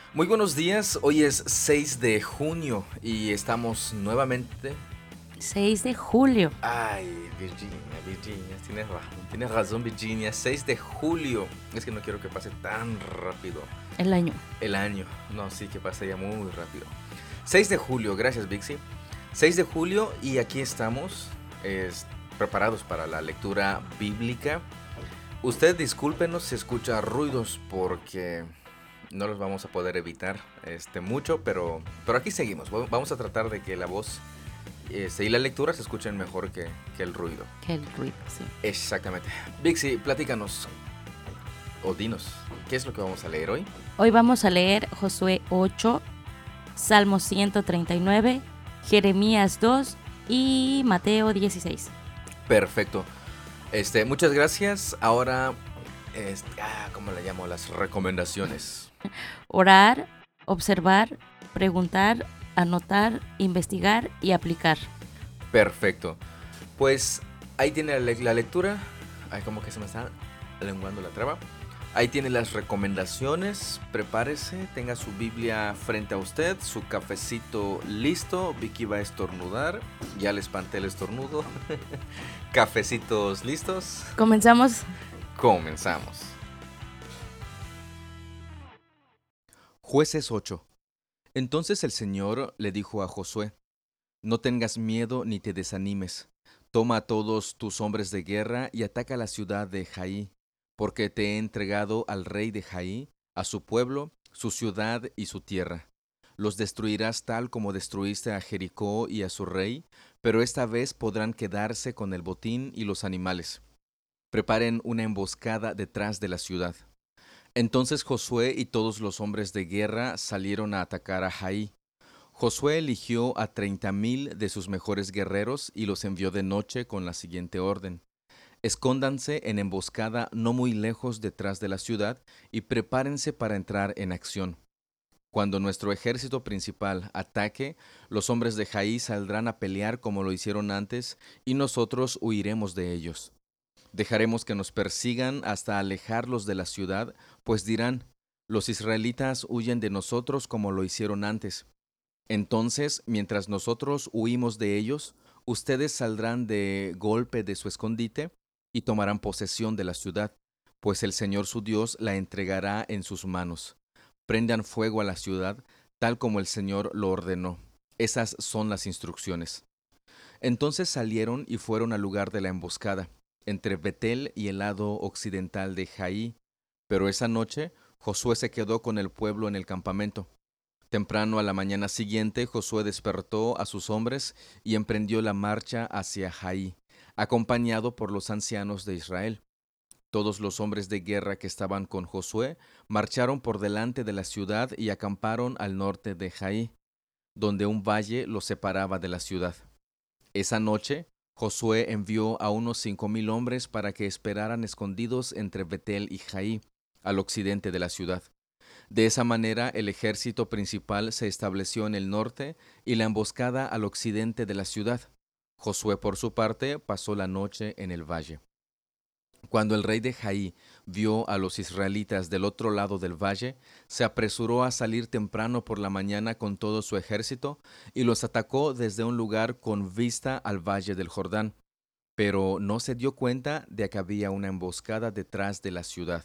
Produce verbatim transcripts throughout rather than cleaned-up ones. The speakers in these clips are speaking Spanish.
Muy buenos días, hoy es seis de junio y estamos nuevamente... seis de julio. Ay, Virginia, Virginia, tienes razón, tienes razón Virginia, seis de julio. Es que no quiero que pase tan rápido El año. el año, no, sí, que pase ya muy rápido. seis de julio, gracias Vixi. seis de julio y aquí estamos es, preparados para la lectura bíblica. Usted discúlpenos si escucha ruidos porque... no los vamos a poder evitar este, mucho, pero, pero aquí seguimos. Vamos a tratar de que la voz este, y la lectura se escuchen mejor que, que el ruido. Que el ruido, sí. Exactamente. Vixi, platícanos o dinos, ¿qué es lo que vamos a leer hoy? Hoy vamos a leer Josué ocho, Salmo ciento treinta y nueve, Jeremías dos y Mateo dieciséis. Perfecto. Este, muchas gracias. Ahora, este, ah, ¿cómo le llamo? Las recomendaciones. Orar, observar, preguntar, anotar, investigar y aplicar. Perfecto. Pues ahí tiene la, la lectura. Ay, como que se me está lenguando la traba. Ahí tiene las recomendaciones. Prepárese, tenga su Biblia frente a usted, su cafecito listo. Vicky va a estornudar. Ya le espanté el estornudo. Cafecitos listos. Comenzamos. Comenzamos. Jueces ocho. Entonces el Señor le dijo a Josué: no tengas miedo ni te desanimes. Toma a todos tus hombres de guerra y ataca la ciudad de Jaí, porque te he entregado al rey de Jaí, a su pueblo, su ciudad y su tierra. Los destruirás tal como destruiste a Jericó y a su rey, pero esta vez podrán quedarse con el botín y los animales. Preparen una emboscada detrás de la ciudad. Entonces Josué y todos los hombres de guerra salieron a atacar a Jaí. Josué eligió a treinta mil de sus mejores guerreros y los envió de noche con la siguiente orden: escóndanse en emboscada no muy lejos detrás de la ciudad y prepárense para entrar en acción. Cuando nuestro ejército principal ataque, los hombres de Jaí saldrán a pelear como lo hicieron antes y nosotros huiremos de ellos. Dejaremos que nos persigan hasta alejarlos de la ciudad, pues dirán: los israelitas huyen de nosotros como lo hicieron antes. Entonces, mientras nosotros huimos de ellos, ustedes saldrán de golpe de su escondite y tomarán posesión de la ciudad, pues el Señor su Dios la entregará en sus manos. Prendan fuego a la ciudad, tal como el Señor lo ordenó. Esas son las instrucciones. Entonces salieron y fueron al lugar de la emboscada, entre Betel y el lado occidental de Jaí. Pero esa noche Josué se quedó con el pueblo en el campamento. Temprano a la mañana siguiente, Josué despertó a sus hombres y emprendió la marcha hacia Jaí, acompañado por los ancianos de Israel. Todos los hombres de guerra que estaban con Josué marcharon por delante de la ciudad y acamparon al norte de Jaí, donde un valle los separaba de la ciudad. Esa noche, Josué envió a unos cinco mil hombres para que esperaran escondidos entre Betel y Jaí, al occidente de la ciudad. De esa manera, el ejército principal se estableció en el norte y la emboscada al occidente de la ciudad. Josué, por su parte, pasó la noche en el valle. Cuando el rey de Jaí vio a los israelitas del otro lado del valle, se apresuró a salir temprano por la mañana con todo su ejército y los atacó desde un lugar con vista al valle del Jordán, pero no se dio cuenta de que había una emboscada detrás de la ciudad.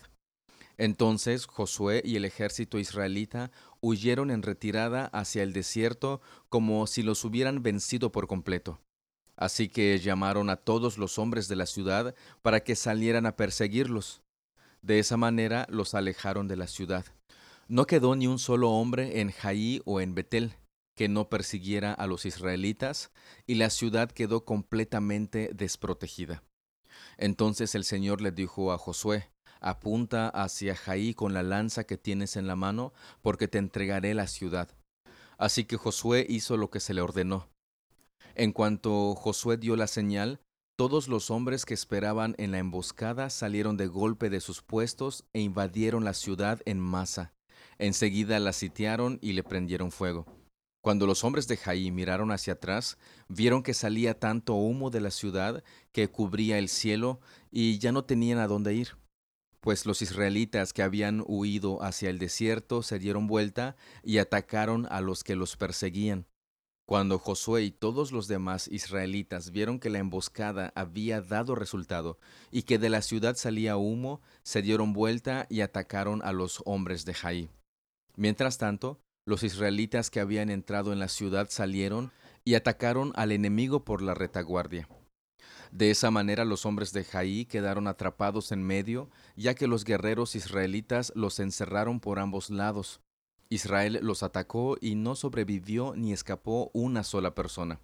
Entonces Josué y el ejército israelita huyeron en retirada hacia el desierto como si los hubieran vencido por completo. Así que llamaron a todos los hombres de la ciudad para que salieran a perseguirlos. De esa manera los alejaron de la ciudad. No quedó ni un solo hombre en Jaí o en Betel que no persiguiera a los israelitas, y la ciudad quedó completamente desprotegida. Entonces el Señor le dijo a Josué: apunta hacia Jaí con la lanza que tienes en la mano, porque te entregaré la ciudad. Así que Josué hizo lo que se le ordenó. En cuanto Josué dio la señal, todos los hombres que esperaban en la emboscada salieron de golpe de sus puestos e invadieron la ciudad en masa. Enseguida la sitiaron y le prendieron fuego. Cuando los hombres de Jaí miraron hacia atrás, vieron que salía tanto humo de la ciudad que cubría el cielo y ya no tenían a dónde ir. pues los israelitas que habían huido hacia el desierto se dieron vuelta y atacaron a los que los perseguían. Cuando Josué y todos los demás israelitas vieron que la emboscada había dado resultado y que de la ciudad salía humo, se dieron vuelta y atacaron a los hombres de Jai. Mientras tanto, los israelitas que habían entrado en la ciudad salieron y atacaron al enemigo por la retaguardia. De esa manera los hombres de Jai quedaron atrapados en medio, ya que los guerreros israelitas los encerraron por ambos lados. Israel los atacó y no sobrevivió ni escapó una sola persona.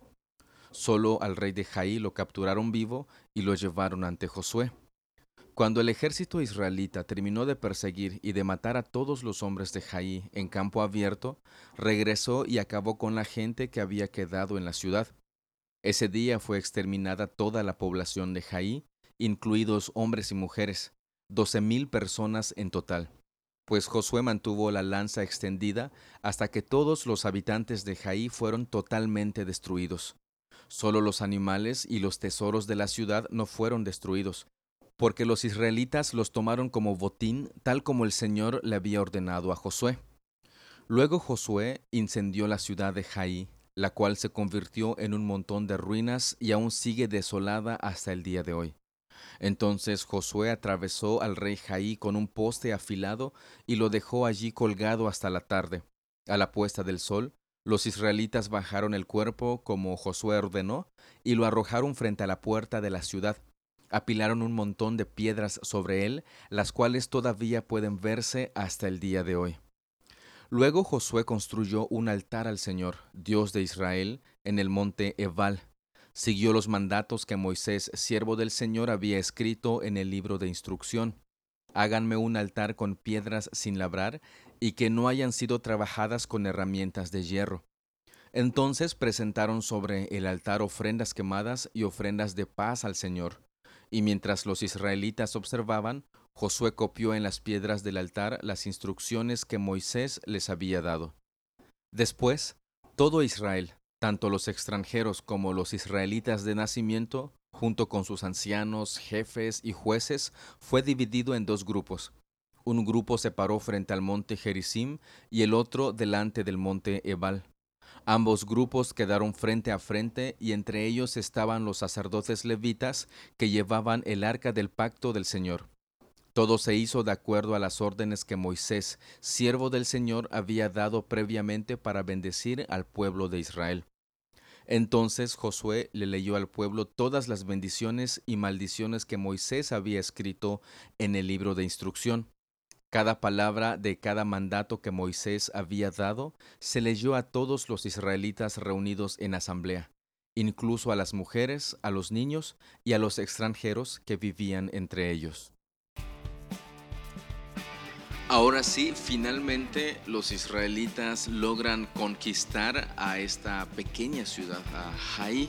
Solo al rey de Jai lo capturaron vivo y lo llevaron ante Josué. Cuando el ejército israelita terminó de perseguir y de matar a todos los hombres de Jai en campo abierto, regresó y acabó con la gente que había quedado en la ciudad. Ese día fue exterminada toda la población de Jai, incluidos hombres y mujeres, doce mil personas en total, pues Josué mantuvo la lanza extendida hasta que todos los habitantes de Jai fueron totalmente destruidos. Solo los animales y los tesoros de la ciudad no fueron destruidos, porque los israelitas los tomaron como botín, tal como el Señor le había ordenado a Josué. Luego Josué incendió la ciudad de Jai, la cual se convirtió en un montón de ruinas y aún sigue desolada hasta el día de hoy. Entonces Josué atravesó al rey Jai con un poste afilado y lo dejó allí colgado hasta la tarde. A la puesta del sol, los israelitas bajaron el cuerpo como Josué ordenó y lo arrojaron frente a la puerta de la ciudad. Apilaron un montón de piedras sobre él, las cuales todavía pueden verse hasta el día de hoy. Luego Josué construyó un altar al Señor, Dios de Israel, en el monte Ebal. Siguió los mandatos que Moisés, siervo del Señor, había escrito en el libro de instrucción. Háganme un altar con piedras sin labrar y que no hayan sido trabajadas con herramientas de hierro. Entonces presentaron sobre el altar ofrendas quemadas y ofrendas de paz al Señor. Y mientras los israelitas observaban, Josué copió en las piedras del altar las instrucciones que Moisés les había dado. Después, todo Israel, tanto los extranjeros como los israelitas de nacimiento, junto con sus ancianos, jefes y jueces, fue dividido en dos grupos. Un grupo se paró frente al monte Gerizim y el otro delante del monte Ebal. Ambos grupos quedaron frente a frente y entre ellos estaban los sacerdotes levitas que llevaban el arca del pacto del Señor. Todo se hizo de acuerdo a las órdenes que Moisés, siervo del Señor, había dado previamente para bendecir al pueblo de Israel. Entonces Josué le leyó al pueblo todas las bendiciones y maldiciones que Moisés había escrito en el libro de instrucción. Cada palabra de cada mandato que Moisés había dado se leyó a todos los israelitas reunidos en asamblea, incluso a las mujeres, a los niños y a los extranjeros que vivían entre ellos. Ahora sí, finalmente los israelitas logran conquistar a esta pequeña ciudad, a Jai.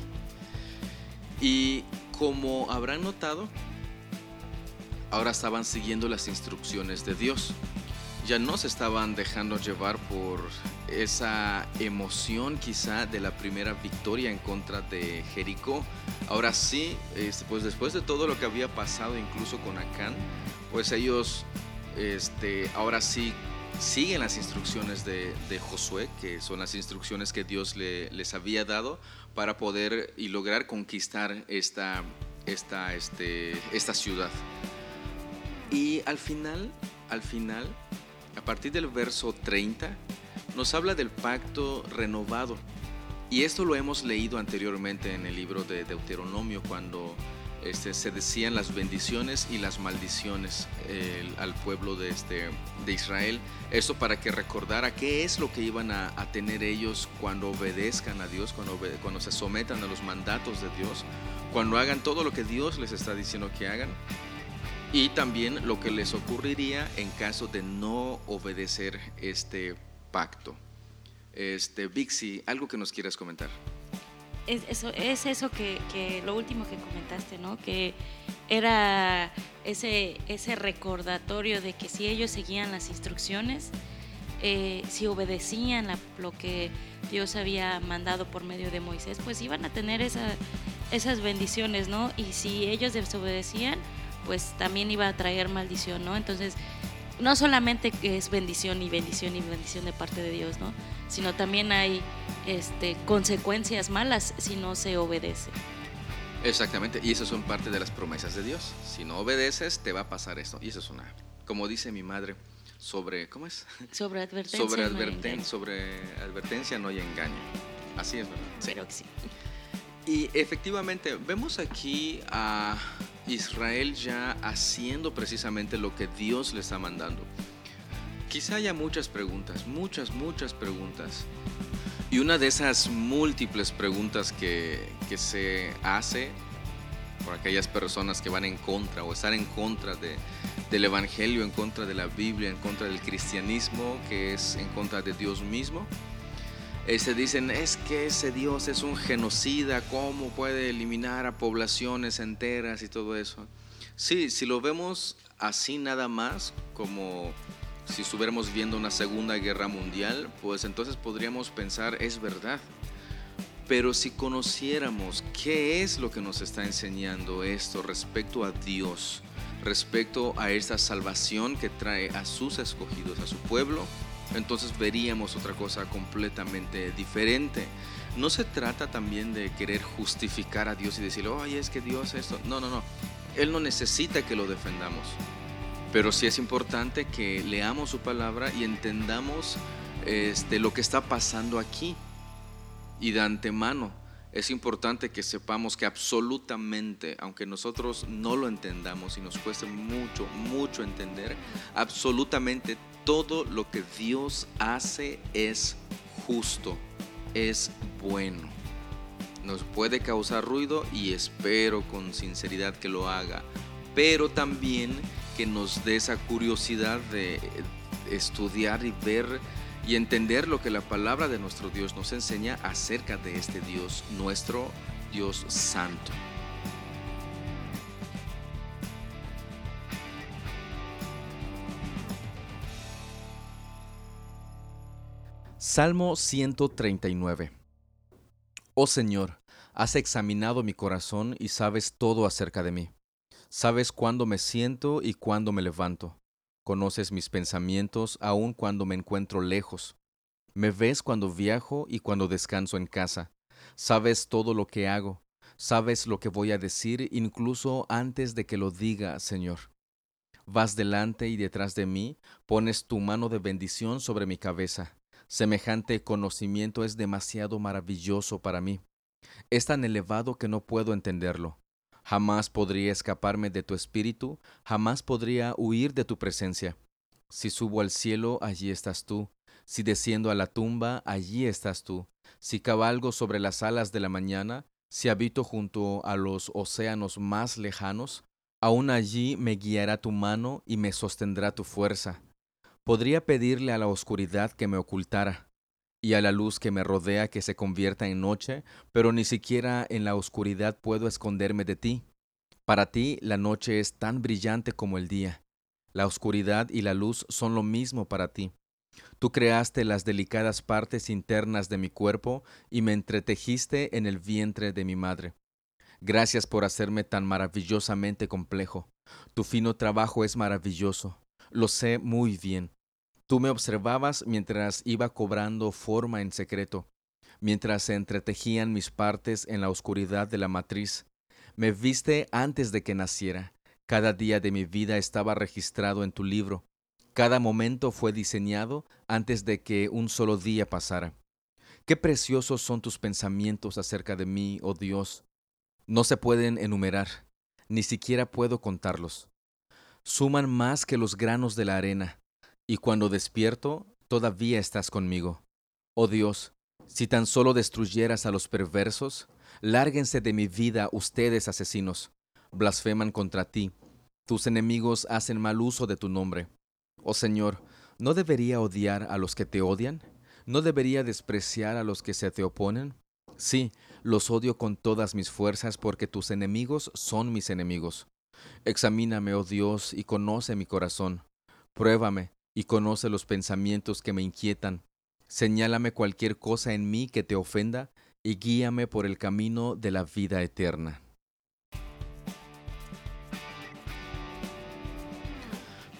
Y como habrán notado, ahora estaban siguiendo las instrucciones de Dios. Ya no se estaban dejando llevar por esa emoción quizá de la primera victoria en contra de Jericó. Ahora sí, pues después de todo lo que había pasado incluso con Acán, pues ellos este, ahora sí siguen las instrucciones de, de Josué, que son las instrucciones que Dios le, les había dado para poder y lograr conquistar esta, esta, este, esta ciudad. Y al final, al final, a partir del verso treinta, nos habla del pacto renovado. Y esto lo hemos leído anteriormente en el libro de Deuteronomio, cuando este, se decían las bendiciones y las maldiciones eh, al pueblo de, este, de Israel. Esto para que recordara qué es lo que iban a, a tener ellos cuando obedezcan a Dios, cuando, obede- cuando se sometan a los mandatos de Dios, cuando hagan todo lo que Dios les está diciendo que hagan. Y también lo que les ocurriría en caso de no obedecer este pacto. Este, Vixi, ¿algo que nos quieras comentar? Es eso, es eso que, que lo último que comentaste, ¿no? Que era ese, ese recordatorio de que si ellos seguían las instrucciones, eh, si obedecían la, lo que Dios había mandado por medio de Moisés, pues iban a tener esa, esas bendiciones, ¿no? Y si ellos desobedecían, pues también iba a traer maldición, ¿no? Entonces, no solamente que es bendición y bendición y bendición de parte de Dios, ¿no? Sino también hay este, consecuencias malas si no se obedece. Exactamente, y esas son parte de las promesas de Dios. Si no obedeces, te va a pasar esto. Y eso es una, como dice mi madre, sobre, ¿cómo es? Sobre advertencia. Sobre, no hay adverten- engaño. sobre advertencia no hay engaño. Así es, ¿verdad? Sí. Pero que sí. Y efectivamente, vemos aquí a Israel ya haciendo precisamente lo que Dios le está mandando. Quizá haya muchas preguntas, muchas, muchas preguntas. Y una de esas múltiples preguntas que, que se hace por aquellas personas que van en contra o están en contra de, del Evangelio, en contra de la Biblia, en contra del cristianismo, que es en contra de Dios mismo, eh, se dicen, es que ese Dios es un genocida, ¿cómo puede eliminar a poblaciones enteras y todo eso? Sí, si lo vemos así nada más, como si estuviéramos viendo una Segunda Guerra Mundial, pues entonces podríamos pensar, es verdad. Pero si conociéramos qué es lo que nos está enseñando esto respecto a Dios, respecto a esta salvación que trae a sus escogidos, a su pueblo, entonces veríamos otra cosa completamente diferente. No se trata también de querer justificar a Dios y decirle, oye, es que Dios esto. No, no, no. Él no necesita que lo defendamos. Pero sí es importante que leamos su palabra y entendamos este, lo que está pasando aquí. Y de antemano es importante que sepamos que absolutamente, aunque nosotros no lo entendamos y nos cueste mucho, mucho entender, absolutamente todo lo que Dios hace es justo, es bueno. Nos puede causar ruido y espero con sinceridad que lo haga, pero también que nos dé esa curiosidad de estudiar y ver y entender lo que la palabra de nuestro Dios nos enseña acerca de este Dios, nuestro Dios santo. Salmo ciento treinta y nueve. Oh Señor, has examinado mi corazón y sabes todo acerca de mí. Sabes cuándo me siento y cuándo me levanto. Conoces mis pensamientos aun cuando me encuentro lejos. Me ves cuando viajo y cuando descanso en casa. Sabes todo lo que hago. Sabes lo que voy a decir incluso antes de que lo diga, Señor. Vas delante y detrás de mí, pones tu mano de bendición sobre mi cabeza. Semejante conocimiento es demasiado maravilloso para mí. Es tan elevado que no puedo entenderlo. Jamás podría escaparme de tu espíritu, jamás podría huir de tu presencia. Si subo al cielo, allí estás tú. Si desciendo a la tumba, allí estás tú. Si cabalgo sobre las alas de la mañana, si habito junto a los océanos más lejanos, aún allí me guiará tu mano y me sostendrá tu fuerza. Podría pedirle a la oscuridad que me ocultara, y a la luz que me rodea que se convierta en noche, pero ni siquiera en la oscuridad puedo esconderme de ti. Para ti la noche es tan brillante como el día. La oscuridad y la luz son lo mismo para ti. Tú creaste las delicadas partes internas de mi cuerpo y me entretejiste en el vientre de mi madre. Gracias por hacerme tan maravillosamente complejo. Tu fino trabajo es maravilloso. Lo sé muy bien. Tú me observabas mientras iba cobrando forma en secreto, mientras se entretejían mis partes en la oscuridad de la matriz. Me viste antes de que naciera. Cada día de mi vida estaba registrado en tu libro. Cada momento fue diseñado antes de que un solo día pasara. Qué preciosos son tus pensamientos acerca de mí, oh Dios. No se pueden enumerar, ni siquiera puedo contarlos. Suman más que los granos de la arena. Y cuando despierto, todavía estás conmigo. Oh Dios, si tan solo destruyeras a los perversos, lárguense de mi vida ustedes asesinos. Blasfeman contra ti. Tus enemigos hacen mal uso de tu nombre. Oh Señor, ¿no debería odiar a los que te odian? ¿No debería despreciar a los que se te oponen? Sí, los odio con todas mis fuerzas porque tus enemigos son mis enemigos. Examíname, oh Dios, y conoce mi corazón. Pruébame y conoce los pensamientos que me inquietan. Señálame cualquier cosa en mí que te ofenda y guíame por el camino de la vida eterna.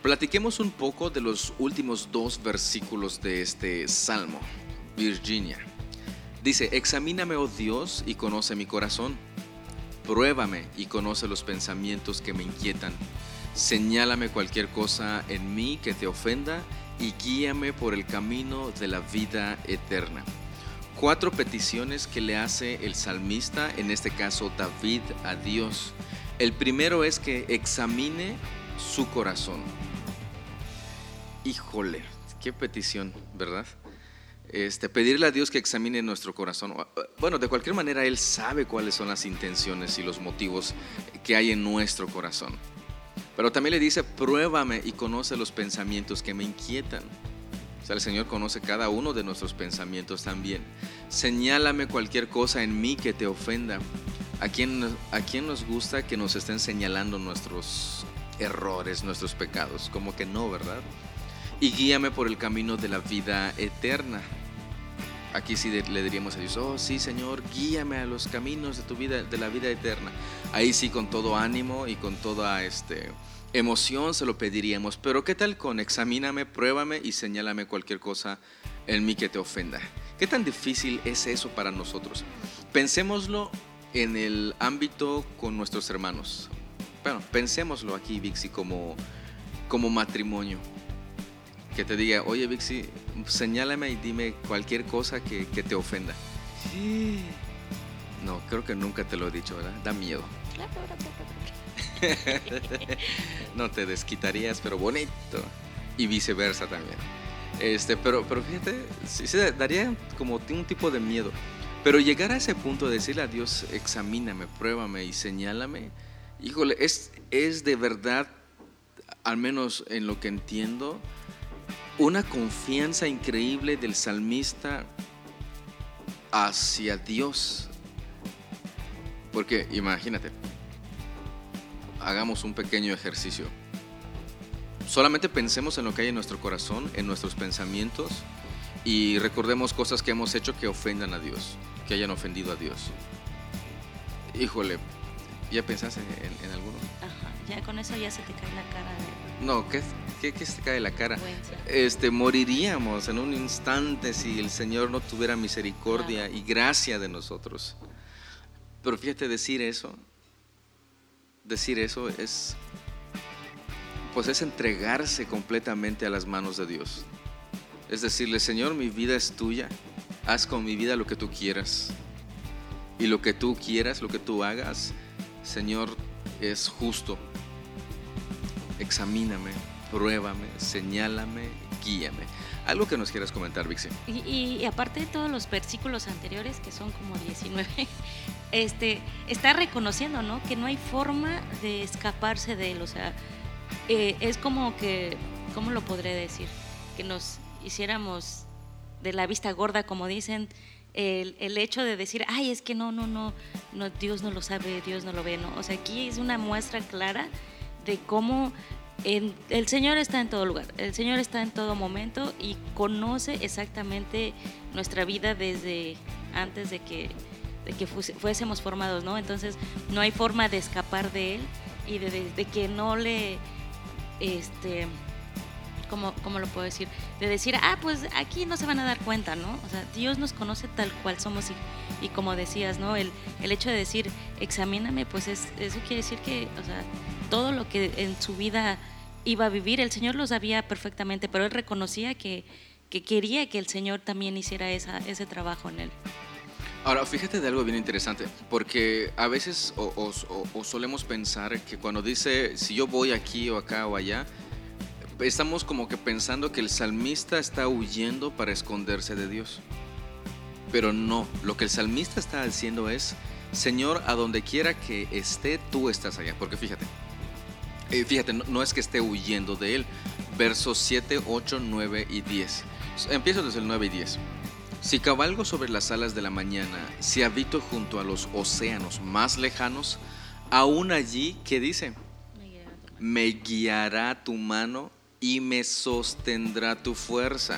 Platiquemos un poco de los últimos dos versículos de este salmo. Virginia dice: examíname, oh Dios, y conoce mi corazón. Pruébame y conoce los pensamientos que me inquietan. Señálame cualquier cosa en mí que te ofenda y guíame por el camino de la vida eterna. Cuatro peticiones que le hace el salmista, en este caso David, a Dios. El primero es que examine su corazón. Híjole, qué petición, ¿verdad? Este, pedirle a Dios que examine nuestro corazón. Bueno, de cualquier manera, Él sabe cuáles son las intenciones y los motivos que hay en nuestro corazón. Pero también le dice: pruébame y conoce los pensamientos que me inquietan. O sea, el Señor conoce cada uno de nuestros pensamientos también. Señálame cualquier cosa en mí que te ofenda. ¿A quién, a quién nos gusta que nos estén señalando nuestros errores, nuestros pecados? Como que no, ¿verdad? Y guíame por el camino de la vida eterna. Aquí sí le diríamos a Dios: oh sí, Señor, guíame a los caminos de tu vida, de la vida eterna. Ahí sí, con todo ánimo y con toda este, emoción se lo pediríamos. Pero ¿qué tal con examíname, pruébame y señálame cualquier cosa en mí que te ofenda? ¿Qué tan difícil es eso para nosotros? Pensémoslo en el ámbito con nuestros hermanos. Bueno, pensémoslo aquí, Vixi, como, como matrimonio. Que te diga: oye, Vixi, señálame y dime cualquier cosa que, que te ofenda. No, creo que nunca te lo he dicho, ¿verdad? Da miedo. No te desquitarías, pero bonito. Y viceversa también. Este, pero, pero fíjate, sí, sí, daría como un tipo de miedo. Pero llegar a ese punto de decirle a Dios: examíname, pruébame y señálame. Híjole, es, es de verdad, al menos en lo que entiendo, una confianza increíble del salmista hacia Dios. Porque imagínate, hagamos un pequeño ejercicio. Solamente pensemos en lo que hay en nuestro corazón, en nuestros pensamientos, y recordemos cosas que hemos hecho que ofendan a Dios, que hayan ofendido a Dios. Híjole, ¿ya pensaste en, en alguno? Ajá, ya con eso ya se te cae la cara de... No, ¿qué, qué, qué se te cae la cara? vergüenza. Este, moriríamos en un instante si el Señor no tuviera misericordia Claro. y gracia de nosotros. Pero fíjate, decir eso, decir eso es, pues es entregarse completamente a las manos de Dios. Es decirle: Señor, mi vida es tuya, haz con mi vida lo que tú quieras. Y lo que tú quieras, lo que tú hagas, Señor, es justo. Examíname, pruébame, señálame, guíame. Algo que nos quieras comentar, Vixi. Y, y, y aparte de todos los versículos anteriores, que son como diecinueve, este, está reconociendo, ¿no?, que no hay forma de escaparse de él. O sea, eh, es como que, ¿cómo lo podré decir? Que nos hiciéramos de la vista gorda, como dicen, el, el hecho de decir: ay, es que no, no, no, no, Dios no lo sabe, Dios no lo ve, ¿no? O sea, aquí es una muestra clara de cómo el, el Señor está en todo lugar, el Señor está en todo momento y conoce exactamente nuestra vida desde antes de que, de que fuésemos formados, ¿no? Entonces no hay forma de escapar de Él y de, de, de que no le, este, ¿cómo, ¿cómo lo puedo decir? De decir: ah, pues aquí no se van a dar cuenta, ¿no? O sea, Dios nos conoce tal cual somos y, y como decías, ¿no? El, el hecho de decir: examíname, pues es, eso quiere decir que, o sea, todo lo que en su vida iba a vivir, el Señor lo sabía perfectamente, pero Él reconocía que, que quería que el Señor también hiciera esa, ese trabajo en Él. Ahora, fíjate de algo bien interesante, porque a veces o, o, o solemos pensar que cuando dice: si yo voy aquí o acá o allá, estamos como que pensando que el salmista está huyendo para esconderse de Dios. Pero no, lo que el salmista está diciendo es: Señor, a donde quiera que esté, tú estás allá. Porque fíjate, eh, fíjate, no, no es que esté huyendo de él. Versos siete, ocho, nueve y diez. Empiezo desde el nueve y diez. Si cabalgo sobre las alas de la mañana, si habito junto a los océanos más lejanos, aún allí, ¿qué dice? Me guiará tu mano y me sostendrá tu fuerza.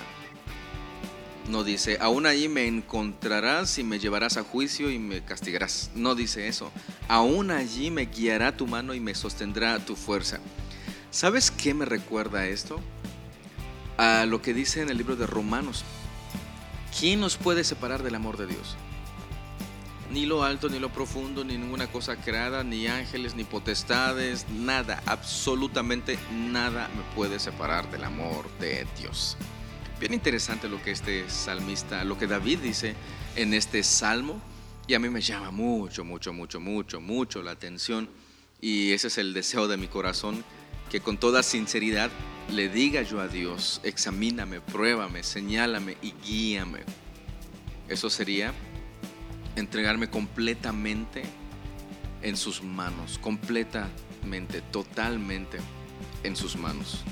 No dice: aún allí me encontrarás y me llevarás a juicio y me castigarás. No dice eso. Aún allí me guiará tu mano y me sostendrá tu fuerza. ¿Sabes qué me recuerda esto? A lo que dice en el libro de Romanos. ¿Quién nos puede separar del amor de Dios? Ni lo alto, ni lo profundo, ni ninguna cosa creada, ni ángeles, ni potestades, nada, absolutamente nada me puede separar del amor de Dios. Bien interesante lo que este salmista, lo que David dice en este salmo, y a mí me llama mucho, mucho, mucho, mucho, mucho la atención, y ese es el deseo de mi corazón, que con toda sinceridad le diga yo a Dios: examíname, pruébame, señálame y guíame. Eso sería entregarme completamente en sus manos, completamente, totalmente en sus manos.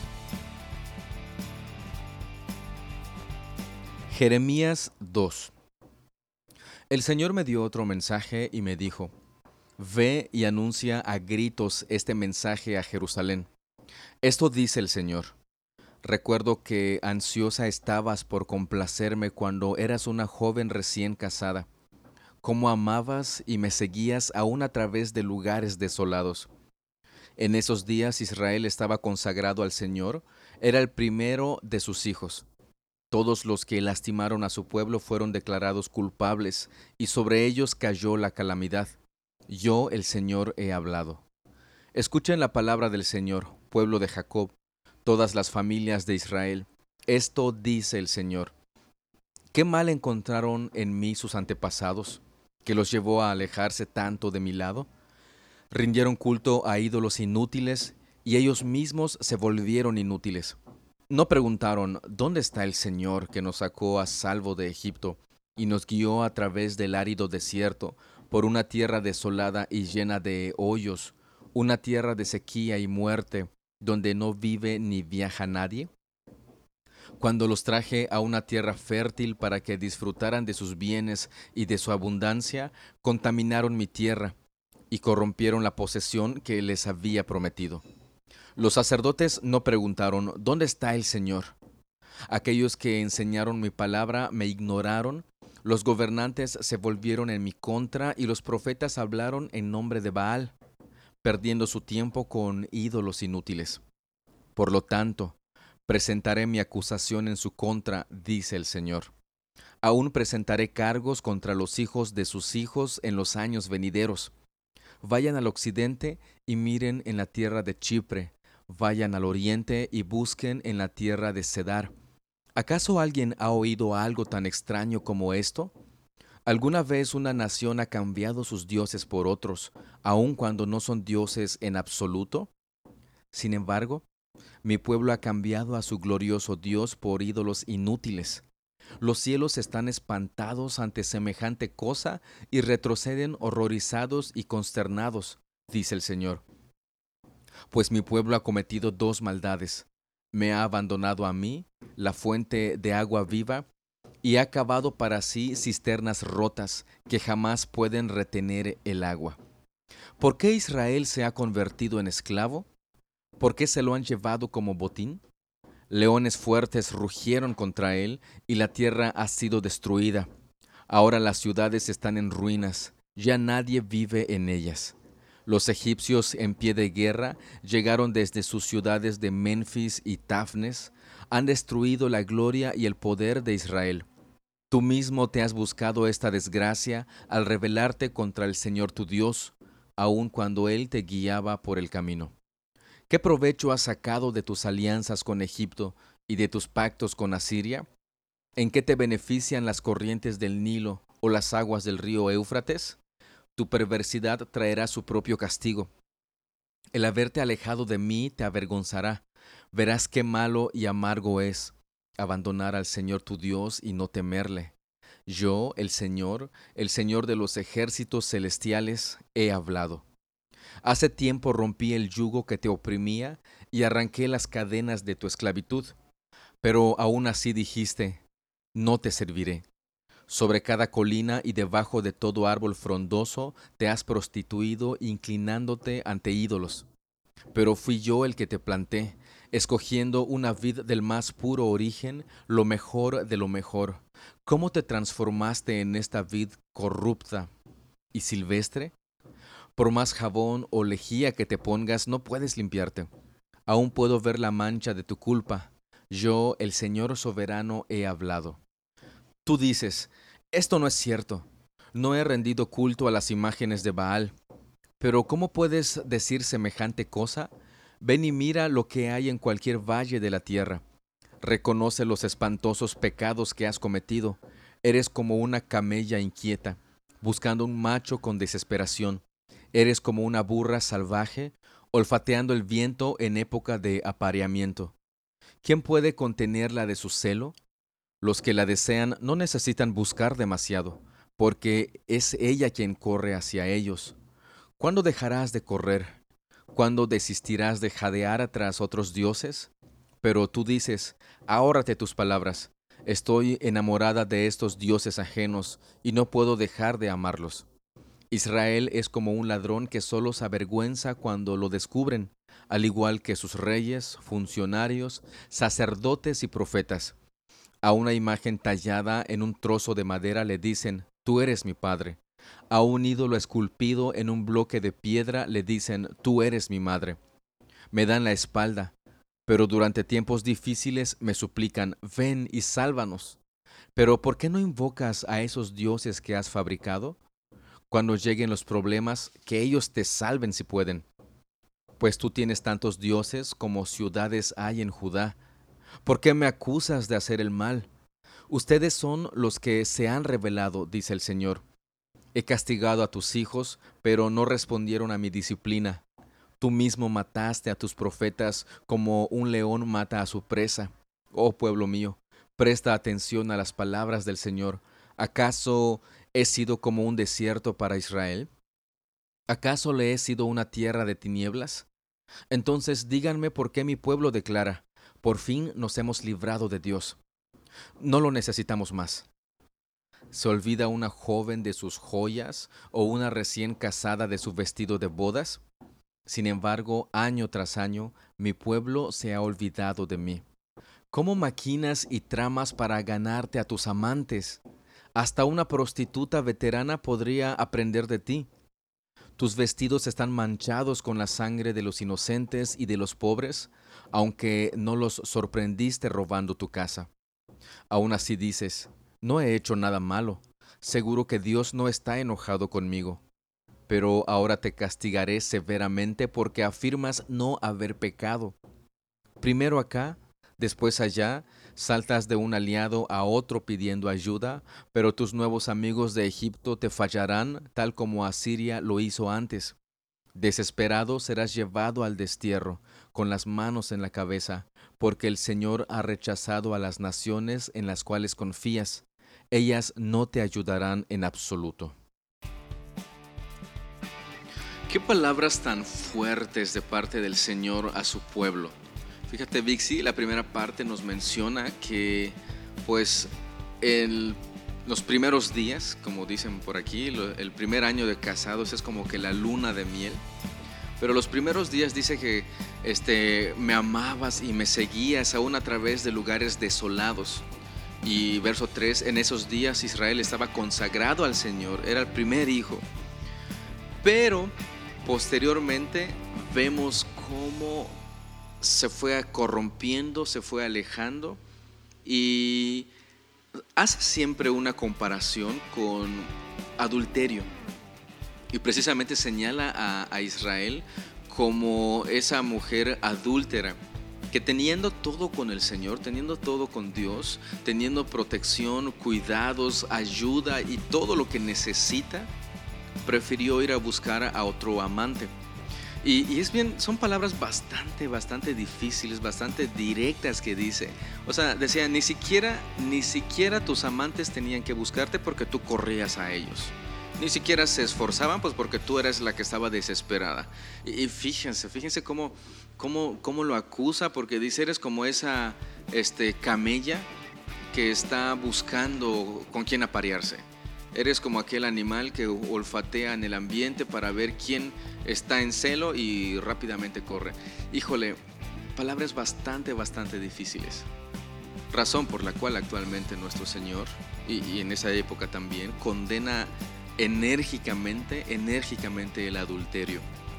Jeremías dos. El Señor me dio otro mensaje y me dijo: ve y anuncia a gritos este mensaje a Jerusalén. Esto dice el Señor: recuerdo que ansiosa estabas por complacerme cuando eras una joven recién casada, cómo amabas y me seguías aún a través de lugares desolados. En esos días Israel estaba consagrado al Señor, era el primero de sus hijos. Todos los que lastimaron a su pueblo fueron declarados culpables, y sobre ellos cayó la calamidad. Yo, el Señor, he hablado. Escuchen la palabra del Señor, pueblo de Jacob, todas las familias de Israel. Esto dice el Señor: ¿qué mal encontraron en mí sus antepasados, que los llevó a alejarse tanto de mi lado? Rindieron culto a ídolos inútiles, y ellos mismos se volvieron inútiles. No preguntaron: ¿dónde está el Señor que nos sacó a salvo de Egipto y nos guió a través del árido desierto, por una tierra desolada y llena de hoyos, una tierra de sequía y muerte, donde no vive ni viaja nadie? Cuando los traje a una tierra fértil para que disfrutaran de sus bienes y de su abundancia, contaminaron mi tierra y corrompieron la posesión que les había prometido. Los sacerdotes no preguntaron: ¿dónde está el Señor? Aquellos que enseñaron mi palabra me ignoraron, los gobernantes se volvieron en mi contra y los profetas hablaron en nombre de Baal, perdiendo su tiempo con ídolos inútiles. Por lo tanto, presentaré mi acusación en su contra, dice el Señor. Aún presentaré cargos contra los hijos de sus hijos en los años venideros. Vayan al occidente y miren en la tierra de Chipre. Vayan al oriente y busquen en la tierra de Cedar. ¿Acaso alguien ha oído algo tan extraño como esto? ¿Alguna vez una nación ha cambiado sus dioses por otros, aun cuando no son dioses en absoluto? Sin embargo, mi pueblo ha cambiado a su glorioso Dios por ídolos inútiles. Los cielos están espantados ante semejante cosa y retroceden horrorizados y consternados, dice el Señor. Pues mi pueblo ha cometido dos maldades. Me ha abandonado a mí, la fuente de agua viva, y ha cavado para sí cisternas rotas que jamás pueden retener el agua. ¿Por qué Israel se ha convertido en esclavo? ¿Por qué se lo han llevado como botín? Leones fuertes rugieron contra él, y la tierra ha sido destruida. Ahora las ciudades están en ruinas, ya nadie vive en ellas. Los egipcios en pie de guerra llegaron desde sus ciudades de Menfis y Tafnes, han destruido la gloria y el poder de Israel. Tú mismo te has buscado esta desgracia al rebelarte contra el Señor tu Dios, aun cuando Él te guiaba por el camino. ¿Qué provecho has sacado de tus alianzas con Egipto y de tus pactos con Asiria? ¿En qué te benefician las corrientes del Nilo o las aguas del río Éufrates? Tu perversidad traerá su propio castigo. El haberte alejado de mí te avergonzará. Verás qué malo y amargo es abandonar al Señor tu Dios y no temerle. Yo, el Señor, el Señor de los ejércitos celestiales, he hablado. Hace tiempo rompí el yugo que te oprimía y arranqué las cadenas de tu esclavitud. Pero aún así dijiste: no te serviré. Sobre cada colina y debajo de todo árbol frondoso te has prostituido, inclinándote ante ídolos. Pero fui yo el que te planté, escogiendo una vid del más puro origen, lo mejor de lo mejor. ¿Cómo te transformaste en esta vid corrupta y silvestre? Por más jabón o lejía que te pongas, no puedes limpiarte. Aún puedo ver la mancha de tu culpa. Yo, el Señor soberano, he hablado. Tú dices, esto no es cierto. No he rendido culto a las imágenes de Baal. Pero ¿cómo puedes decir semejante cosa? Ven y mira lo que hay en cualquier valle de la tierra. Reconoce los espantosos pecados que has cometido. Eres como una camella inquieta, buscando un macho con desesperación. Eres como una burra salvaje, olfateando el viento en época de apareamiento. ¿Quién puede contenerla de su celo? Los que la desean no necesitan buscar demasiado, porque es ella quien corre hacia ellos. ¿Cuándo dejarás de correr? ¿Cuándo desistirás de jadear tras otros dioses? Pero tú dices, ahórrate tus palabras. Estoy enamorada de estos dioses ajenos y no puedo dejar de amarlos. Israel es como un ladrón que solo se avergüenza cuando lo descubren, al igual que sus reyes, funcionarios, sacerdotes y profetas. A una imagen tallada en un trozo de madera le dicen, tú eres mi padre. A un ídolo esculpido en un bloque de piedra le dicen, tú eres mi madre. Me dan la espalda, pero durante tiempos difíciles me suplican, ven y sálvanos. Pero ¿por qué no invocas a esos dioses que has fabricado? Cuando lleguen los problemas, que ellos te salven si pueden. Pues tú tienes tantos dioses como ciudades hay en Judá. ¿Por qué me acusas de hacer el mal? Ustedes son los que se han rebelado, dice el Señor. He castigado a tus hijos, pero no respondieron a mi disciplina. Tú mismo mataste a tus profetas como un león mata a su presa. Oh pueblo mío, presta atención a las palabras del Señor. ¿Acaso he sido como un desierto para Israel? ¿Acaso le he sido una tierra de tinieblas? Entonces díganme por qué mi pueblo declara, por fin nos hemos librado de Dios. No lo necesitamos más. ¿Se olvida una joven de sus joyas o una recién casada de su vestido de bodas? Sin embargo, año tras año, mi pueblo se ha olvidado de mí. ¿Cómo maquinas y tramas para ganarte a tus amantes? Hasta una prostituta veterana podría aprender de ti. Tus vestidos están manchados con la sangre de los inocentes y de los pobres, aunque no los sorprendiste robando tu casa. Aún así dices, no he hecho nada malo. Seguro que Dios no está enojado conmigo. Pero ahora te castigaré severamente porque afirmas no haber pecado. Primero acá, después allá, saltas de un aliado a otro pidiendo ayuda, pero tus nuevos amigos de Egipto te fallarán tal como Asiria lo hizo antes. Desesperado serás llevado al destierro, con las manos en la cabeza, porque el Señor ha rechazado a las naciones en las cuales confías. Ellas no te ayudarán en absoluto. Qué palabras tan fuertes de parte del Señor a su pueblo. Fíjate, Vixi, la primera parte nos menciona que, pues, en los primeros días, como dicen por aquí, el primer año de casados es como que la luna de miel. Pero los primeros días dice que este, me amabas y me seguías aún a través de lugares desolados. Y verso tres, en esos días Israel estaba consagrado al Señor, era el primer hijo. Pero posteriormente vemos cómo se fue corrompiendo, se fue alejando y hace siempre una comparación con adulterio. Y precisamente señala a, a Israel como esa mujer adúltera que teniendo todo con el Señor, teniendo todo con Dios, teniendo protección, cuidados, ayuda y todo lo que necesita, prefirió ir a buscar a otro amante. Y, y es bien, son palabras bastante, bastante difíciles, bastante directas que dice. O sea, decía, ni siquiera, ni siquiera tus amantes tenían que buscarte porque tú corrías a ellos. Ni siquiera se esforzaban pues porque tú eras la que estaba desesperada. Y, y fíjense, fíjense cómo, cómo, cómo lo acusa, porque dice, eres como esa este, camella que está buscando con quién aparearse. Eres como aquel animal que olfatea en el ambiente para ver quién está en celo y rápidamente corre. Híjole, palabras bastante, bastante difíciles. Razón por la cual actualmente nuestro Señor, y, y en esa época también, condena enérgicamente, enérgicamente el adulterio.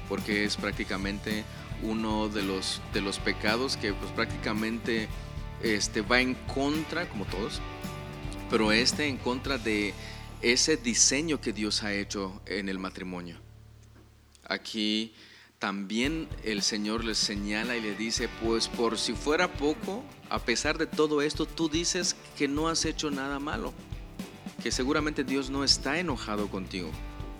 porque es prácticamente uno de los, de los pecados que pues prácticamente este, va en contra, como todos, pero este en contra de ese diseño que Dios ha hecho en el matrimonio. Aquí también el Señor les señala y le dice, pues por si fuera poco, a pesar de todo esto, tú dices que no has hecho nada malo, que seguramente Dios no está enojado contigo.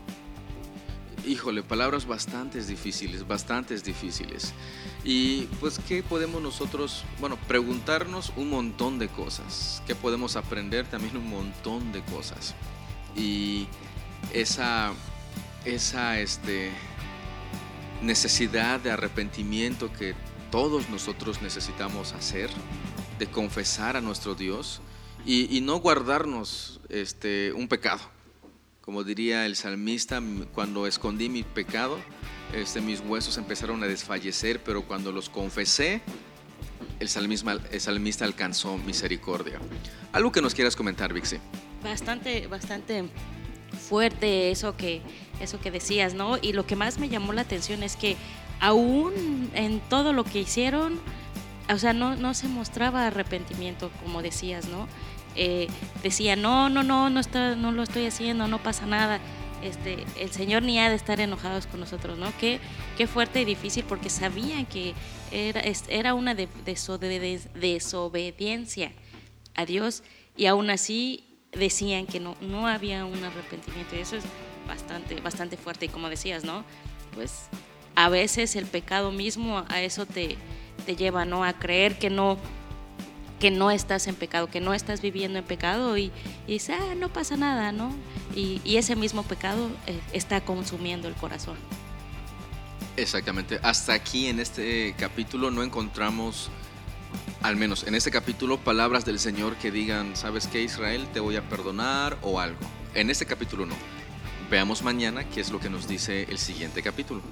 Híjole, palabras bastante difíciles, bastante difíciles. Y pues, ¿qué podemos nosotros, bueno, preguntarnos un montón de cosas? ¿Qué podemos aprender? También un montón de cosas. Y esa, esa, este, necesidad de arrepentimiento que todos nosotros necesitamos hacer, de confesar a nuestro Dios y, y no guardarnos este, un pecado. Como diría el salmista, cuando escondí mi pecado, este, mis huesos empezaron a desfallecer, pero cuando los confesé, el salmista, el salmista alcanzó misericordia. ¿Algo que nos quieras comentar, Vixi? Bastante, bastante fuerte eso que, eso que decías, ¿no? Y lo que más me llamó la atención es que aún en todo lo que hicieron, o sea, no, no se mostraba arrepentimiento, como decías, ¿no? Eh, decía, no, no, no, no, está, no lo estoy haciendo, no pasa nada. Este, el Señor ni ha de estar enojados con nosotros, ¿no? Qué, qué fuerte y difícil, porque sabían que era, era una de, de, desobediencia a Dios, y aún así decían que no, no había un arrepentimiento, y eso es bastante, bastante fuerte. Y como decías, ¿no? Pues a veces el pecado mismo a eso te, te lleva, ¿no? A creer que no, que no estás en pecado, que no estás viviendo en pecado, y, y dices, ah, no pasa nada, ¿no? Y, y ese mismo pecado eh, está consumiendo el corazón. Exactamente. Hasta aquí en este capítulo no encontramos, al menos en este capítulo, palabras del Señor que digan, ¿sabes qué, Israel? Te voy a perdonar o algo. En este capítulo no. Veamos mañana qué es lo que nos dice el siguiente capítulo.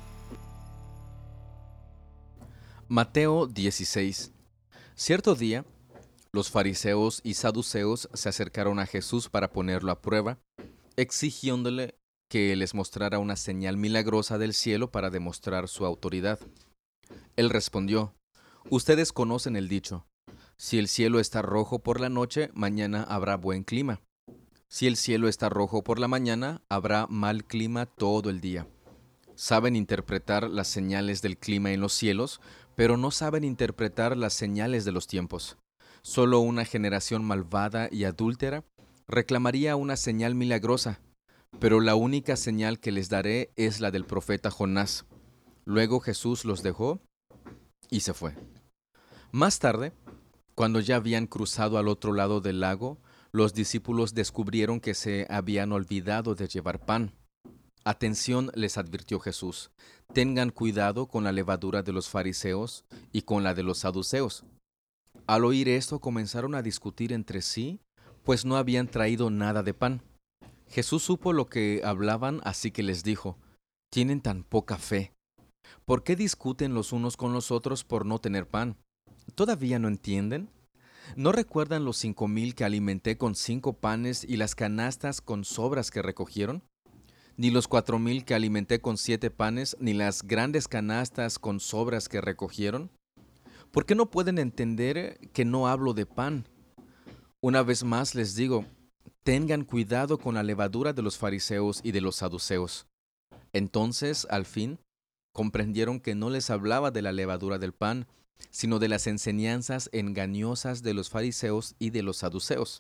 Mateo dieciséis. Cierto día, los fariseos y saduceos se acercaron a Jesús para ponerlo a prueba, exigiéndole que les mostrara una señal milagrosa del cielo para demostrar su autoridad. Él respondió, ustedes conocen el dicho, si el cielo está rojo por la noche, mañana habrá buen clima. Si el cielo está rojo por la mañana, habrá mal clima todo el día. Saben interpretar las señales del clima en los cielos, pero no saben interpretar las señales de los tiempos. Solo una generación malvada y adúltera reclamaría una señal milagrosa, pero la única señal que les daré es la del profeta Jonás. Luego Jesús los dejó y se fue. Más tarde, cuando ya habían cruzado al otro lado del lago, los discípulos descubrieron que se habían olvidado de llevar pan. Atención, les advirtió Jesús, tengan cuidado con la levadura de los fariseos y con la de los saduceos. Al oír esto comenzaron a discutir entre sí, pues no habían traído nada de pan. Jesús supo lo que hablaban, así que les dijo, tienen tan poca fe. ¿Por qué discuten los unos con los otros por no tener pan? ¿Todavía no entienden? ¿No recuerdan los cinco mil que alimenté con cinco panes y las canastas con sobras que recogieron? Ni los cuatro mil que alimenté con siete panes, ni las grandes canastas con sobras que recogieron. ¿Por qué no pueden entender que no hablo de pan? Una vez más les digo, tengan cuidado con la levadura de los fariseos y de los saduceos. Entonces, al fin, comprendieron que no les hablaba de la levadura del pan, sino de las enseñanzas engañosas de los fariseos y de los saduceos.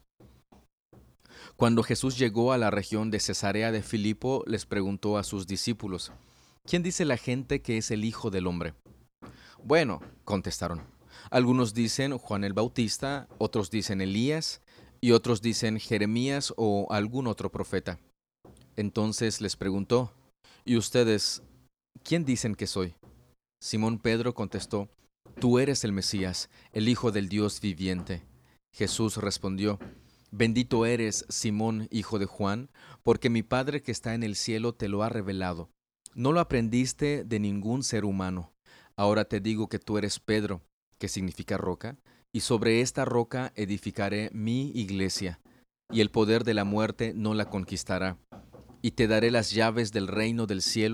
Cuando Jesús llegó a la región de Cesarea de Filipo, les preguntó a sus discípulos, ¿quién dice la gente que es el Hijo del Hombre? Bueno, contestaron, algunos dicen Juan el Bautista, otros dicen Elías, y otros dicen Jeremías o algún otro profeta. Entonces les preguntó, ¿y ustedes, quién dicen que soy? Simón Pedro contestó, tú eres el Mesías, el Hijo del Dios viviente. Jesús respondió, bendito eres, Simón, hijo de Juan, porque mi Padre que está en el cielo te lo ha revelado. No lo aprendiste de ningún ser humano. Ahora te digo que tú eres Pedro, que significa roca, y sobre esta roca edificaré mi iglesia, y el poder de la muerte no la conquistará. Y te daré las llaves del reino del cielo.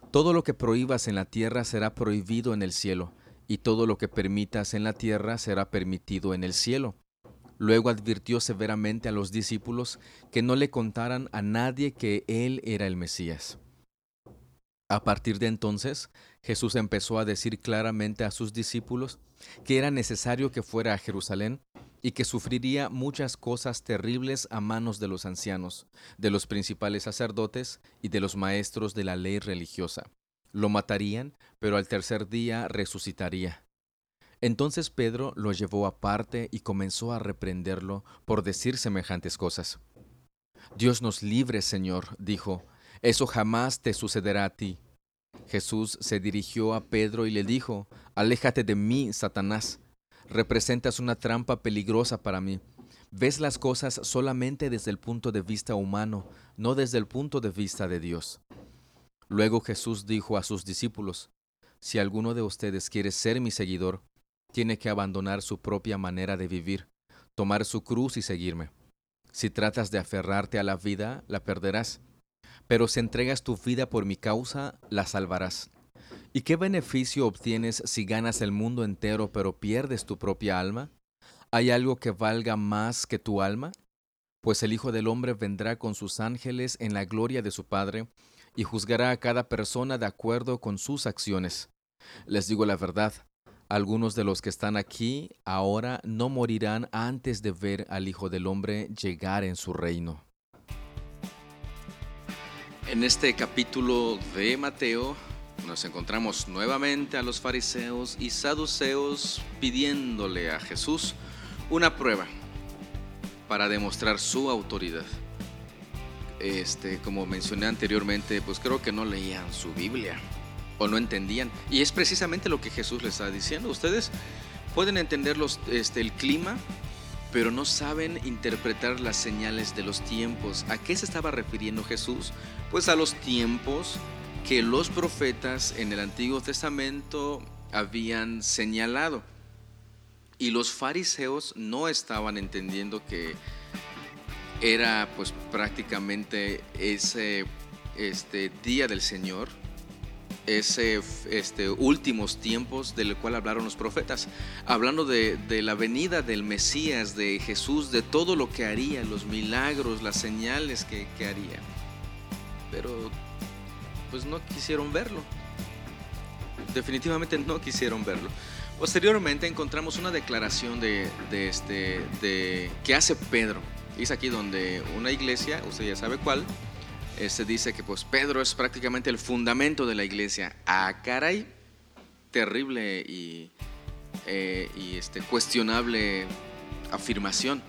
Todo lo que prohíbas en la tierra será prohibido en el cielo, y todo lo que permitas en la tierra será permitido en el cielo. Luego advirtió severamente a los discípulos que no le contaran a nadie que él era el Mesías. A partir de entonces, Jesús empezó a decir claramente a sus discípulos que era necesario que fuera a Jerusalén y que sufriría muchas cosas terribles a manos de los ancianos, de los principales sacerdotes y de los maestros de la ley religiosa. Lo matarían, pero al tercer día resucitaría. Entonces Pedro lo llevó aparte y comenzó a reprenderlo por decir semejantes cosas. Dios nos libre, Señor, dijo, eso jamás te sucederá a ti. Jesús se dirigió a Pedro y le dijo, aléjate de mí, Satanás. Representas una trampa peligrosa para mí. Ves las cosas solamente desde el punto de vista humano, no desde el punto de vista de Dios. Luego Jesús dijo a sus discípulos, si alguno de ustedes quiere ser mi seguidor, tiene que abandonar su propia manera de vivir, tomar su cruz y seguirme. Si tratas de aferrarte a la vida, la perderás. Pero si entregas tu vida por mi causa, la salvarás. ¿Y qué beneficio obtienes si ganas el mundo entero pero pierdes tu propia alma? ¿Hay algo que valga más que tu alma? Pues el Hijo del Hombre vendrá con sus ángeles en la gloria de su Padre y juzgará a cada persona de acuerdo con sus acciones. Les digo la verdad, algunos de los que están aquí ahora no morirán antes de ver al Hijo del Hombre llegar en su reino. En este capítulo de Mateo nos encontramos nuevamente a los fariseos y saduceos pidiéndole a Jesús una prueba para demostrar su autoridad. Este, como mencioné anteriormente, pues creo que no leían su Biblia o no entendían. Y es precisamente lo que Jesús les está diciendo. Ustedes pueden entender los, este, el clima, pero no saben interpretar las señales de los tiempos. ¿A qué se estaba refiriendo Jesús? Pues a los tiempos que los profetas en el Antiguo Testamento habían señalado. Y los fariseos no estaban entendiendo que era pues prácticamente ese este, día del Señor, ese este, últimos tiempos del cual hablaron los profetas, hablando de, de la venida del Mesías, de Jesús, de todo lo que haría, los milagros, las señales que, que haría. Pero pues no quisieron verlo. Definitivamente no quisieron verlo. Posteriormente encontramos una declaración de, de este, de, que hace Pedro. Es aquí donde una iglesia, usted ya sabe cuál, se dice que pues Pedro es prácticamente el fundamento de la iglesia. Ah, caray, terrible y, eh, y este, cuestionable afirmación.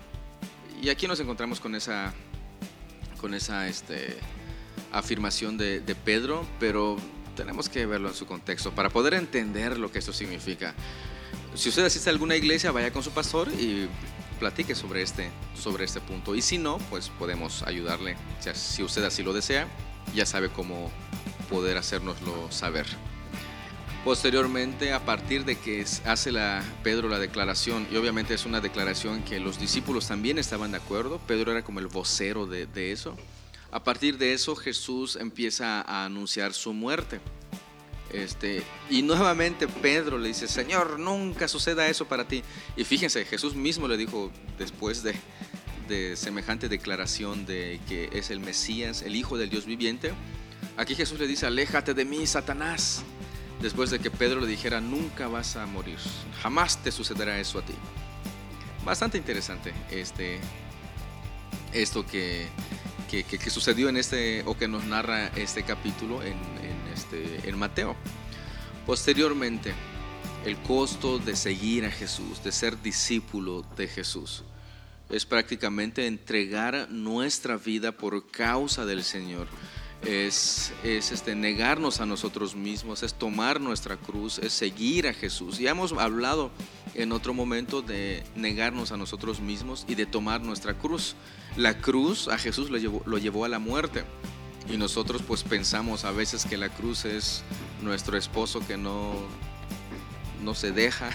Y aquí nos encontramos con esa, con esa este, afirmación de, de Pedro, pero tenemos que verlo en su contexto para poder entender lo que esto significa. Si usted asiste a alguna iglesia, vaya con su pastor y platique sobre este, sobre este punto. Y si no, pues podemos ayudarle. Si usted así lo desea, ya sabe cómo poder hacérnoslo saber. Posteriormente, a partir de que hace la, Pedro la declaración, y obviamente es una declaración que los discípulos también estaban de acuerdo, Pedro era como el vocero de, de eso. A partir de eso, Jesús empieza a anunciar su muerte. Este, y nuevamente Pedro le dice, Señor, nunca suceda eso para ti. Y fíjense, Jesús mismo le dijo después de, de semejante declaración de que es el Mesías, el Hijo del Dios viviente. Aquí Jesús le dice, aléjate de mí, Satanás. Después de que Pedro le dijera, nunca vas a morir, jamás te sucederá eso a ti. Bastante interesante este, esto que, que, que, que sucedió en este, o que nos narra este capítulo en, en Este, en Mateo. Posteriormente, el costo de seguir a Jesús, de ser discípulo de Jesús, es prácticamente entregar nuestra vida por causa del Señor. Es, es este, negarnos a nosotros mismos, es tomar nuestra cruz, es seguir a Jesús. Ya hemos hablado en otro momento de negarnos a nosotros mismos y de tomar nuestra cruz. La cruz a Jesús lo llevó, lo llevó a la muerte. Y nosotros pues pensamos a veces que la cruz es nuestro esposo que no, no se deja,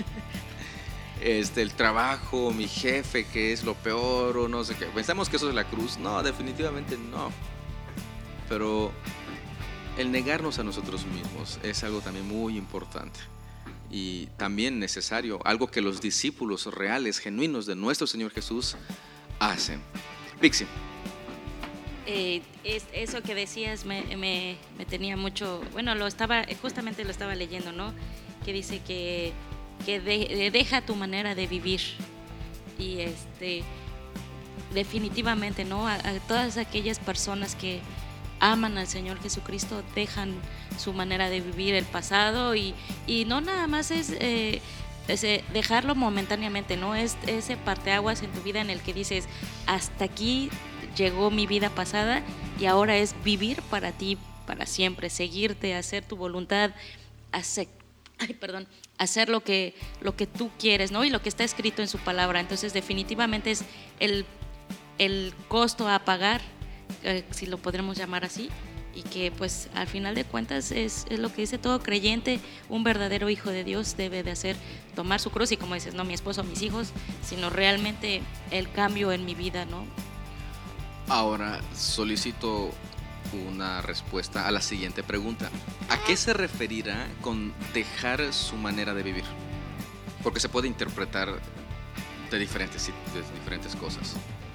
este, el trabajo, mi jefe que es lo peor o no sé qué. Pensamos que eso es la cruz. No, definitivamente no. Pero el negarnos a nosotros mismos es algo también muy importante y también necesario, algo que los discípulos reales, genuinos de nuestro Señor Jesús hacen. Pixie. Eh, es, eso que decías me, me, me tenía mucho, bueno, lo estaba, justamente lo estaba leyendo, ¿no? Que dice que, que de, deja tu manera de vivir y este, definitivamente, ¿no? A, a todas aquellas personas que aman al Señor Jesucristo dejan su manera de vivir el pasado y, y no nada más es... Eh, Ese, dejarlo momentáneamente, ¿no? Es ese parteaguas en tu vida en el que dices, hasta aquí llegó mi vida pasada y ahora es vivir para ti, para siempre, seguirte, hacer tu voluntad, hacer, ay, perdón, hacer lo que, lo que tú quieres, ¿no? Y lo que está escrito en su palabra. Entonces, definitivamente es el, el costo a pagar, eh, si lo podremos llamar así, y que pues al final de cuentas es, es lo que dice todo creyente, un verdadero hijo de Dios debe de hacer, tomar su cruz y como dices, no mi esposo, mis hijos, sino realmente el cambio en mi vida, ¿no? Ahora solicito una respuesta a la siguiente pregunta. ¿A qué se referirá con dejar su manera de vivir? Porque se puede interpretar de diferentes, de diferentes cosas.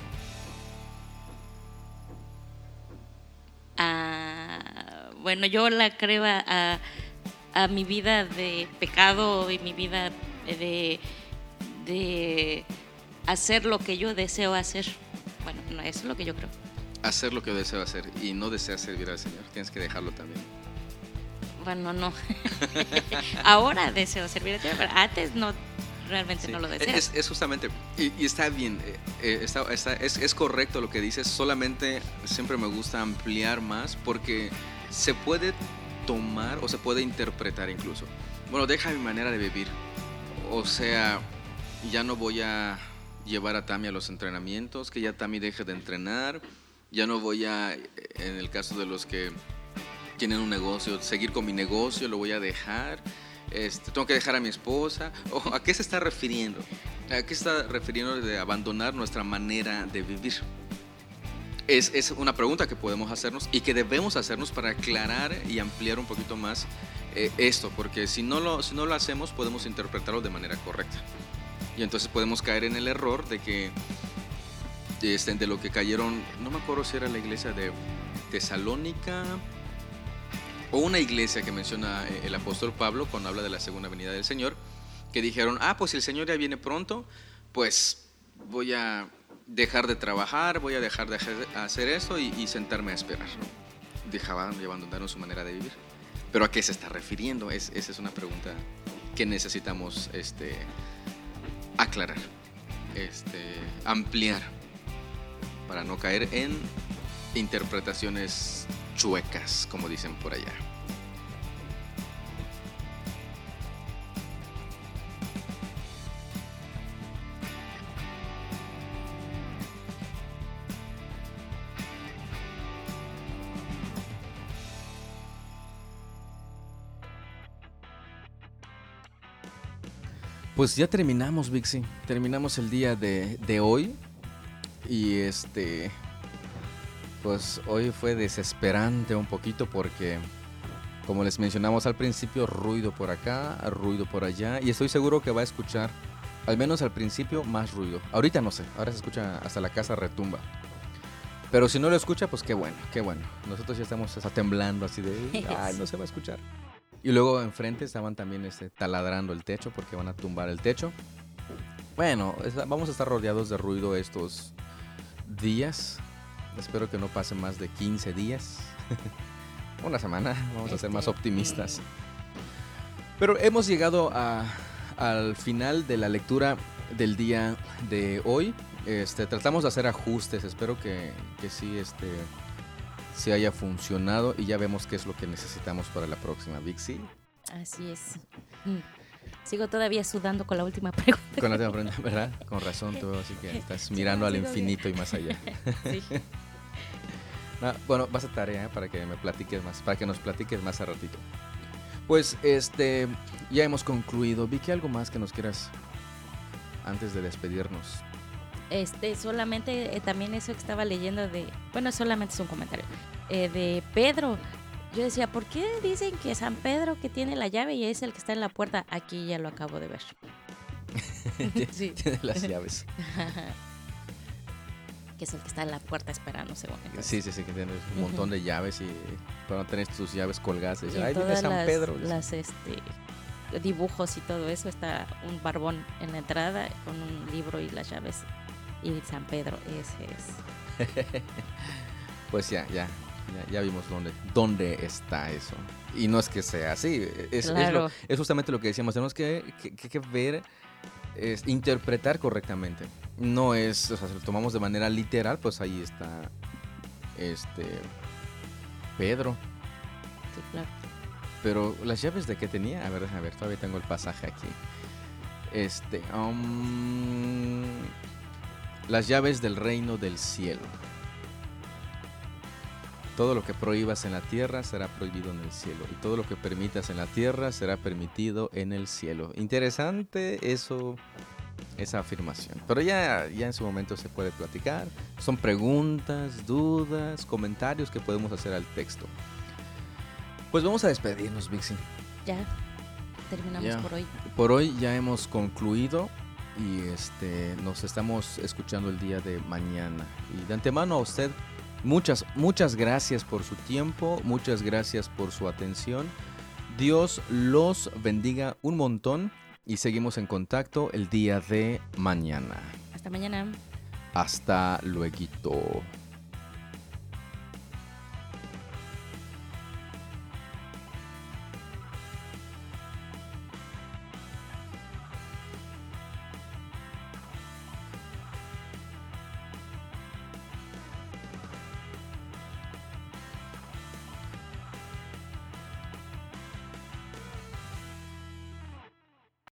Ah, bueno, yo la creo a, a mi vida de pecado y mi vida de, de hacer lo que yo deseo hacer. Bueno, no, eso es lo que yo creo. Hacer lo que deseo hacer y no deseas servir al Señor, tienes que dejarlo también. Bueno, no. Ahora deseo servir al Señor, pero antes no, realmente sí. No lo deseo. Es, es justamente, y, y está bien, eh, está, está, es, es correcto lo que dices, solamente siempre me gusta ampliar más porque se puede tomar o se puede interpretar incluso. Bueno, deja mi manera de vivir, o sea, ya no voy a llevar a Tami a los entrenamientos, que ya Tami deje de entrenar, ya no voy a, en el caso de los que tienen un negocio, seguir con mi negocio, lo voy a dejar, este, tengo que dejar a mi esposa. Oh, ¿a qué se está refiriendo? ¿A qué se está refiriendo de abandonar nuestra manera de vivir? Es, es una pregunta que podemos hacernos y que debemos hacernos para aclarar y ampliar un poquito más eh, esto, porque si no, lo, si no lo hacemos podemos interpretarlo de manera correcta. Y entonces podemos caer en el error de que este, de lo que cayeron, no me acuerdo si era la iglesia de Tesalónica o una iglesia que menciona el apóstol Pablo cuando habla de la segunda venida del Señor, que dijeron, ah, pues si el Señor ya viene pronto, pues voy a dejar de trabajar, voy a dejar de hacer eso y, y sentarme a esperar, ¿no? Dejaban y abandonaron su manera de vivir. ¿Pero a qué se está refiriendo? Es, esa es una pregunta que necesitamos este, aclarar, este, ampliar, para no caer en interpretaciones chuecas, como dicen por allá. Pues ya terminamos, Vixie. Terminamos el día de, de hoy. Y este... Pues hoy fue desesperante un poquito porque, como les mencionamos al principio, ruido por acá, ruido por allá. Y estoy seguro que va a escuchar, al menos al principio, más ruido. Ahorita no sé, ahora se escucha hasta la casa retumba. Pero si no lo escucha, pues qué bueno, qué bueno. Nosotros ya estamos hasta temblando así de, ay, no se va a escuchar. Y luego enfrente estaban también este, taladrando el techo porque van a tumbar el techo. Bueno, vamos a estar rodeados de ruido estos días. Espero que no pase más de quince días. Una semana, vamos este, a ser más optimistas. Pero hemos llegado a, al final de la lectura del día de hoy. Este, tratamos de hacer ajustes, espero que, que sí, este, sí haya funcionado y ya vemos qué es lo que necesitamos para la próxima, Vixie. Así es. Sigo todavía sudando con la última pregunta. Con la última pregunta, ¿verdad? Con razón tú, así que estás mirando al infinito bien. Y más allá. Sí. No, bueno, vas a tarea para que me platiques más, para que nos platiques más a ratito. Pues, este, ya hemos concluido. Vicky, ¿algo más que nos quieras antes de despedirnos? Este, solamente eh, también eso que estaba leyendo de, bueno, solamente es un comentario, eh, de Pedro, Yo decía, ¿por qué dicen que San Pedro que tiene la llave y es el que está en la puerta? Aquí ya lo acabo de ver. Sí. Tiene las llaves. Que es el que está en la puerta esperando, según. Entonces, Sí, sí, sí, que tienes un montón Ujú. de llaves y para no tener tus llaves colgadas. y Dice, en ay, viene todas San las, Pedro. las este, dibujos y todo eso está un barbón en la entrada con un libro y las llaves. Y San Pedro, ese es. Pues ya, ya, ya, ya vimos dónde, dónde está eso. Y no es que sea así, es, es, Claro. lo- es justamente lo que decíamos, tenemos que, que, que- que ver, es interpretar correctamente. No es, o sea, si lo tomamos de manera literal, pues ahí está este Pedro. Sí, claro. Pero las llaves de qué tenía, a ver, a ver, todavía tengo el pasaje aquí. Este, um, las llaves del reino del cielo. Todo lo que prohíbas en la tierra será prohibido en el cielo, y todo lo que permitas en la tierra será permitido en el cielo. Interesante eso, esa afirmación. Pero ya, ya en su momento se puede platicar. Son preguntas, dudas, comentarios que podemos hacer al texto. Pues vamos a despedirnos, Vixi. Ya terminamos Ya. por hoy. Por hoy ya hemos concluido y este nos estamos escuchando el día de mañana. Y de antemano a usted, muchas, muchas gracias por su tiempo, muchas gracias por su atención. Dios los bendiga un montón y seguimos en contacto el día de mañana. Hasta mañana. Hasta luego.